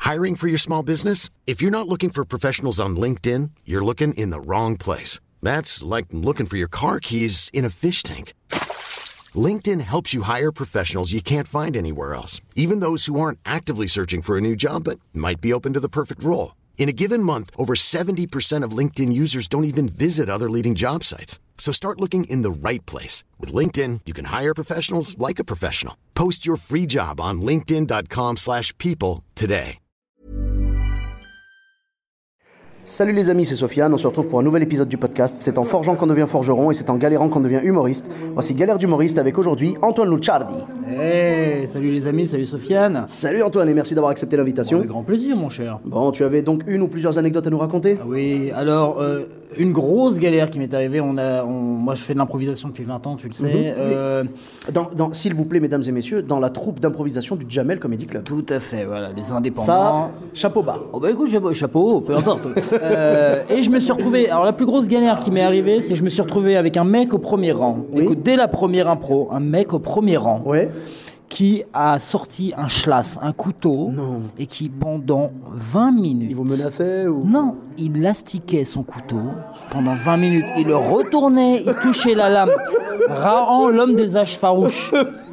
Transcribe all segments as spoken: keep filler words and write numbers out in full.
Hiring for your small business? If you're not looking for professionals on LinkedIn, you're looking in the wrong place. That's like looking for your car keys in a fish tank. LinkedIn helps you hire professionals you can't find anywhere else, even those who aren't actively searching for a new job but might be open to the perfect role. In a given month, over seventy percent of LinkedIn users don't even visit other leading job sites. So start looking in the right place. With LinkedIn, you can hire professionals like a professional. Post your free job on linkedin.com slash people today. Salut les amis, c'est Sofiane, on se retrouve pour un nouvel épisode du podcast. C'est en forgeant qu'on devient forgeron et c'est en galérant qu'on devient humoriste. Voici Galère d'humoriste avec aujourd'hui Antoine Lucciardi. Hey, salut les amis, salut Sofiane. Salut Antoine et merci d'avoir accepté l'invitation. Bon, avec grand plaisir mon cher. Bon, tu avais donc une ou plusieurs anecdotes à nous raconter ? Ah oui, alors euh, une grosse galère qui m'est arrivée, on a, on, moi je fais de l'improvisation depuis vingt ans, tu le sais. Mm-hmm. euh, dans, dans, s'il vous plaît mesdames et messieurs, dans la troupe d'improvisation du Jamel Comedy Club. Tout à fait, voilà, les indépendants. Ça, chapeau bas. Oh bah écoute, chapeau, chapeau peu importe. Euh, et je me suis retrouvé, alors la plus grosse galère qui m'est arrivée, c'est que je me suis retrouvé avec un mec au premier rang. Oui. Écoute, dès la première impro, un mec au premier rang. Ouais. Qui a sorti un schlass, un couteau, Non. et qui pendant vingt minutes... Il vous menaçait ou... Non, il lastiquait son couteau pendant vingt minutes. Il le retournait, il touchait la lame. Rahan, l'homme des âges farouches.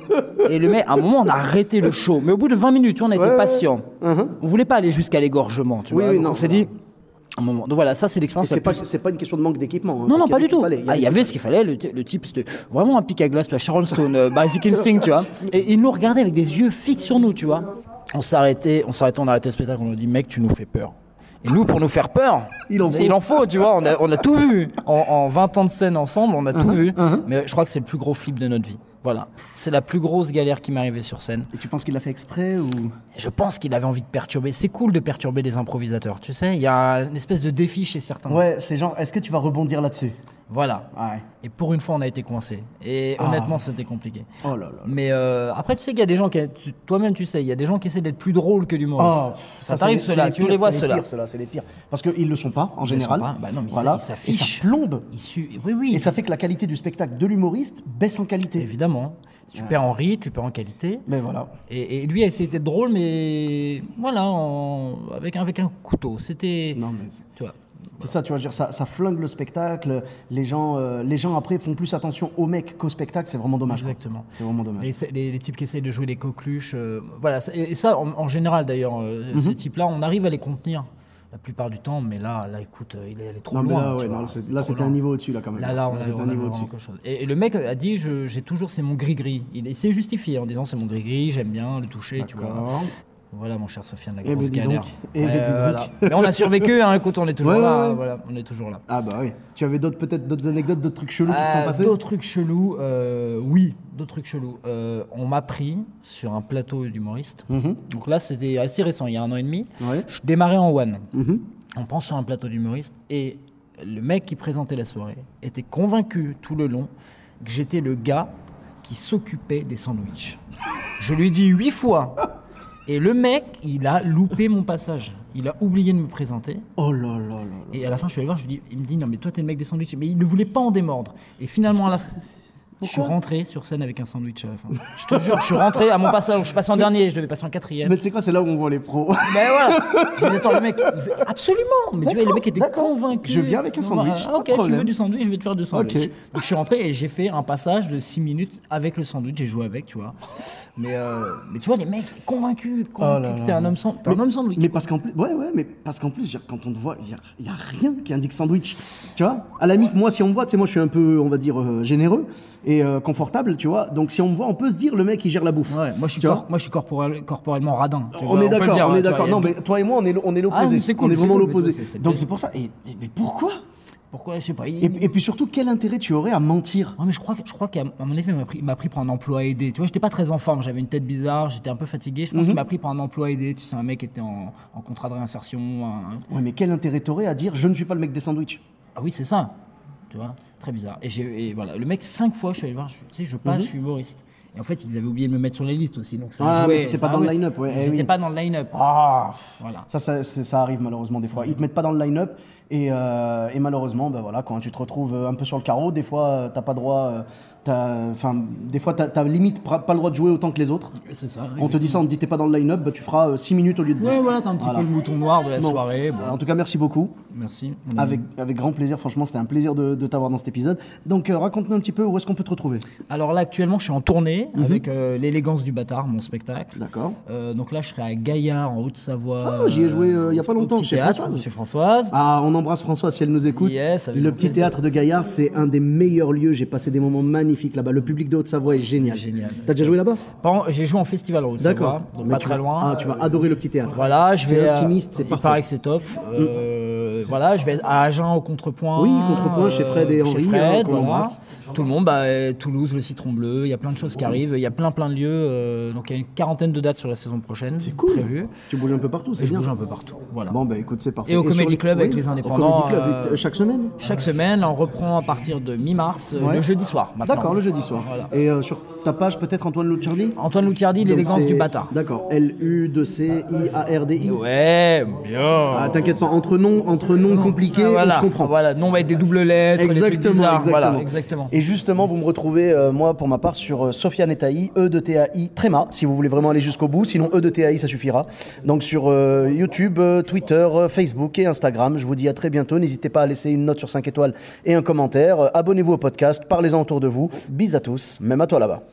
Et le mec, à un moment, on a arrêté le show. Mais au bout de vingt minutes, on a été ouais, patient. Ouais. Uh-huh. On voulait pas aller jusqu'à l'égorgement, tu Oui, vois. oui, Donc non, on s'est non. dit... Un moment. Donc voilà, ça c'est Et l'expérience. c'est la pas, plus... c'est pas une question de manque d'équipement. Hein, Non, non, parce pas qu'il du y avait tout. ce qu'il fallait. Ah, il y avait ce qu'il fallait. Le, le type, c'était vraiment un pic à glace, tu vois, Sharon Stone, euh, Basic Instinct, tu vois. Et il nous regardait avec des yeux fixes sur nous, tu vois. On s'arrêtait, on s'arrêtait, on arrêtait le spectacle, on nous dit, mec, tu nous fais peur. Et nous, pour nous faire peur, Il en faut. il en faut, tu vois. On a, on a tout vu. En, en vingt ans de scène ensemble, on a tout Uh-huh, vu. uh-huh. Mais je crois que c'est le plus gros flip de notre vie. Voilà. C'est la plus grosse galère qui m'est arrivée sur scène. Et tu penses qu'il l'a fait exprès ou... Je pense qu'il avait envie de perturber. C'est cool de perturber des improvisateurs, tu sais. Il y a une espèce de défi chez certains. Ouais, c'est genre, est-ce que tu vas rebondir là-dessus ? Voilà. Ouais. Et pour une fois, on a été coincés. Et Ah. honnêtement, c'était compliqué. Oh là là. Mais euh, après, tu sais qu'il y a des gens qui, tu- toi-même, tu sais, il y a des gens qui essaient d'être plus drôles que l'humoriste. Oh, ça t'arrive c'est cela, les tu pires, les vois c'est cela. les pires, ceux-là, c'est les pires. Parce qu'ils le sont pas, en Ils le général. sont pas. Bah non, mais voilà. ils s'affichent. Et ça plombe. Ils su- Oui, oui. Et ça fait que la qualité du spectacle de l'humoriste baisse en qualité. Évidemment. Tu perds en rythme, tu perds en qualité. Mais voilà. Et, et lui a essayé d'être drôle, mais voilà, en- avec, avec un couteau. C'était. Non mais Tu vois. c'est ça, tu vois, je veux dire, ça, ça flingue le spectacle. Les gens, euh, les gens après font plus attention au mec qu'au spectacle. C'est vraiment dommage. quoi. Exactement. C'est vraiment dommage. Les, c'est- les, les types qui essayent de jouer les coqueluches, euh, voilà. ça- Et, et ça, en, en général d'ailleurs, euh, Mhm. ces types-là, on arrive à les contenir la plupart du temps, mais là, là, écoute, euh, il est allé trop Non mais loin. là, tu ouais, vois, non, c'est- c'est là trop c'était un loin. niveau au-dessus là quand même. Là, là, on, c'était a, on un a niveau vraiment au-dessus. quelque chose. Et, et le mec a dit, je- j'ai toujours, c'est mon gris-gris. Il, il s'est justifié en disant, c'est mon gris-gris, j'aime bien le toucher, tu vois. D'accord. Voilà, mon cher Sofiane, la Eh ben, grosse dis donc. galère. Eh ben, dis donc. voilà. Mais on a survécu, hein, écoute, on est toujours Ouais, là. ouais, ouais. Voilà, on est toujours là. Ah bah oui. Tu avais d'autres peut-être d'autres anecdotes, d'autres trucs chelous qui se sont Euh, passés. D'autres trucs chelous, euh, oui, d'autres trucs chelous. Euh, on m'a pris sur un plateau d'humoriste. Mhm. Donc là, c'était assez récent, il y a un an et demi. Ouais. Je démarrais en one. Mhm. On prend sur un plateau d'humoriste et le mec qui présentait la soirée était convaincu tout le long que j'étais le gars qui s'occupait des sandwichs. Je lui dis huit fois. Et le mec, il a loupé mon passage. Il a oublié de me présenter. Oh là là là. là. Et à la fin, je suis allé voir, je lui dis, il me dit, non, mais toi, t'es le mec des sandwichs. Mais il ne voulait pas en démordre. Et finalement, à la fin, je suis rentré sur scène avec un sandwich à la fin. Je te jure, je suis rentré à mon passage. Je suis passé en dernier, je devais passer en quatrième. Mais tu sais quoi, c'est là où on voit les pros. Mais voilà. Je dis, attends, le mec, il veut... absolument. Mais tu vois, le mec était d'accord. convaincu. Je viens avec un sandwich, Ah, pas ok, de tu problème. veux du sandwich, je vais te faire du sandwich. Ok. Donc je suis rentré et j'ai fait un passage de six minutes avec le sandwich. J'ai joué avec, tu vois. Mais, euh, mais tu vois, les mecs convaincus, convaincus Oh là que là t'es un là. homme, san- t'es un Mais- homme sandwich. Mais parce qu'en plus, ouais, ouais, mais parce qu'en plus, je veux dire, quand on te voit, il y a, il y a rien qui indique sandwich. Tu vois, à la limite, moi, si on me voit, tu sais, moi, je suis un peu, on va dire, euh, généreux et euh, confortable, tu vois. Donc, si on me voit, on peut se dire, le mec, il gère la bouffe. Ouais, moi je suis, Tu vois cor- moi, je suis corporel- corporellement radin. tu On vois, est peut le d'accord, dire, on hein, est tu vois, d'accord. il y a Non, une- mais toi et moi, on est, on est l'opposé. Ah, mais c'est cool, on est c'est vraiment cool, mais l'opposé. toi, c'est- c'est Donc, bien. c'est pour ça. Et, et- mais pourquoi Pourquoi, je sais pas. il- et, et puis surtout, quel intérêt tu aurais à mentir? Ouais, mais je crois, que- je crois qu'à mon effet, il m'a pris, il m'a pris pour un emploi aidé. Tu vois, j'étais pas très en forme, j'avais une tête bizarre, j'étais un peu fatigué. Je pense Mhm. qu'il m'a pris pour un emploi aidé. Tu sais, un mec qui était en, en contrat de réinsertion. un- Ouais, mais quel intérêt t'aurais à dire, je ne suis pas le mec des sandwichs? Ah oui, c'est ça. Tu vois, très bizarre. Et, j'ai, et voilà, le mec, cinq fois, je suis allé le voir, je, tu sais, je passe, Mhm. je suis humoriste. Et en fait, ils avaient oublié de me mettre sur les listes aussi. Donc ça Ah, jouait, mais t'étais ça pas dans le jouait. line-up, ouais. Eh J'étais oui. pas dans le line-up. Ah, Voilà. ça, ça, c'est- ça arrive malheureusement des fois. Ils te mettent pas dans le line-up et, euh, et malheureusement, ben voilà, quand tu te retrouves un peu sur le carreau, des fois, euh, t'as pas droit. euh, t'as- Enfin, des fois, t'as, t'as limite pas pas le droit de jouer autant que les autres. C'est ça. On te dit ça, on te dit t'es pas dans le line-up, bah, tu feras six minutes au lieu de dix. Ouais, voilà, t'as un petit Voilà. peu le mouton noir de la Bon. soirée. Bon, En tout cas, merci beaucoup. merci. Avec, avec grand plaisir, franchement, c'était un plaisir de, de t'avoir dans cet épisode. Donc, euh, raconte-nous un petit peu où est-ce qu'on peut te retrouver. Alors là, actuellement, je suis en tournée avec euh, l'élégance du bâtard, mon spectacle. D'accord. Euh, donc là, je serai à Gaillard, en Haute-Savoie. Ah, j'y ai joué, euh, il y a pas au longtemps, petit chez théâtre, Françoise. Chez Françoise. Ah, on embrasse François si elle nous écoute. Yes, avec le grand petit plaisir. théâtre de Gaillard, c'est un des meilleurs lieux. J'ai passé des moments magnifiques là-bas. Le public de Haute-Savoie est génial. Génial. T'as déjà joué là-bas? Bon, j'ai joué en festival en Haute-Savoie, D'accord. donc Mais pas tu très vas- loin. Ah, tu vas adorer le petit théâtre. Voilà, je C'est vais. intimiste, euh, c'est Il parfait. paraît que c'est top. Euh, Voilà, je vais à Agen au Contrepoint. Oui, Contrepoint, chez Fred et chez Henri, Fred, hein, qu'on voilà. embrasse. Tout le monde, bah, euh, Toulouse, le Citron Bleu, il y a plein de choses qui arrivent. Il y a plein plein de lieux. euh, donc il y a une quarantaine de dates sur la saison prochaine. C'est cool. Prévues. Tu bouges un peu partout, c'est Et je bien. bouge un peu partout. Voilà. Bon, bah écoute, c'est parfait. Et au sur Comedy les- Club avec oui, les au indépendants, Comedy Club, euh, et- chaque semaine? Chaque semaine, on reprend à partir de mi-mars, euh, Ouais. le jeudi soir. maintenant. D'accord, le jeudi soir. Voilà. Et euh, sur ta page, peut-être Antoine Lucciardi? Antoine Loutiardi, Donc, l'élégance c'est- du bâtard. D'accord. L U C I A R D I. Ouais, bien. Ah, t'inquiète pas, entre noms, entre noms compliqués, Ah, voilà, on se comprend. Voilà, non, on va être des doubles lettres, des trucs Exactement, bizarres. exactement. Voilà, exactement. Et justement, vous me retrouvez, euh, moi, pour ma part, sur euh, Sofiane et Taï, E de T A I, Tréma, si vous voulez vraiment aller jusqu'au bout. Sinon, E de T A I, ça suffira. Donc, sur euh, YouTube, euh, Twitter, euh, Facebook et Instagram. Je vous dis à très bientôt. N'hésitez pas à laisser une note sur cinq étoiles et un commentaire. Euh, abonnez-vous au podcast, parlez-en autour de vous. Bis à tous, même à toi là-bas.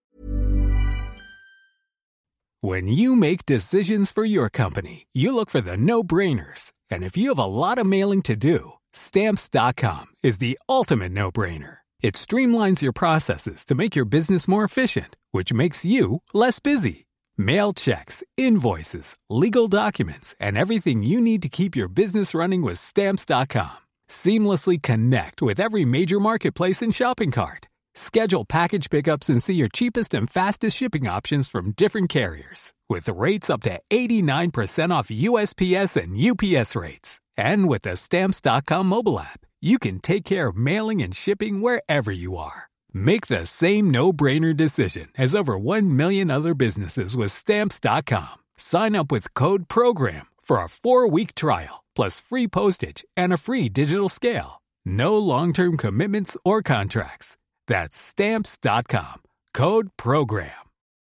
When you make decisions for your company, you look for the no-brainers. And if you have a lot of mailing to do, Stamps dot com is the ultimate no-brainer. It streamlines your processes to make your business more efficient, which makes you less busy. Mail checks, invoices, legal documents, and everything you need to keep your business running with Stamps dot com. Seamlessly connect with every major marketplace and shopping cart. Schedule package pickups and see your cheapest and fastest shipping options from different carriers. With rates up to eighty-nine percent off U S P S and U P S rates. And with the Stamps dot com mobile app, you can take care of mailing and shipping wherever you are. Make the same no-brainer decision as over one million other businesses with Stamps dot com. Sign up with code PROGRAM for a four-week trial, plus free postage and a free digital scale. No long-term commitments or contracts. That's Stamps dot com. Code PROGRAM.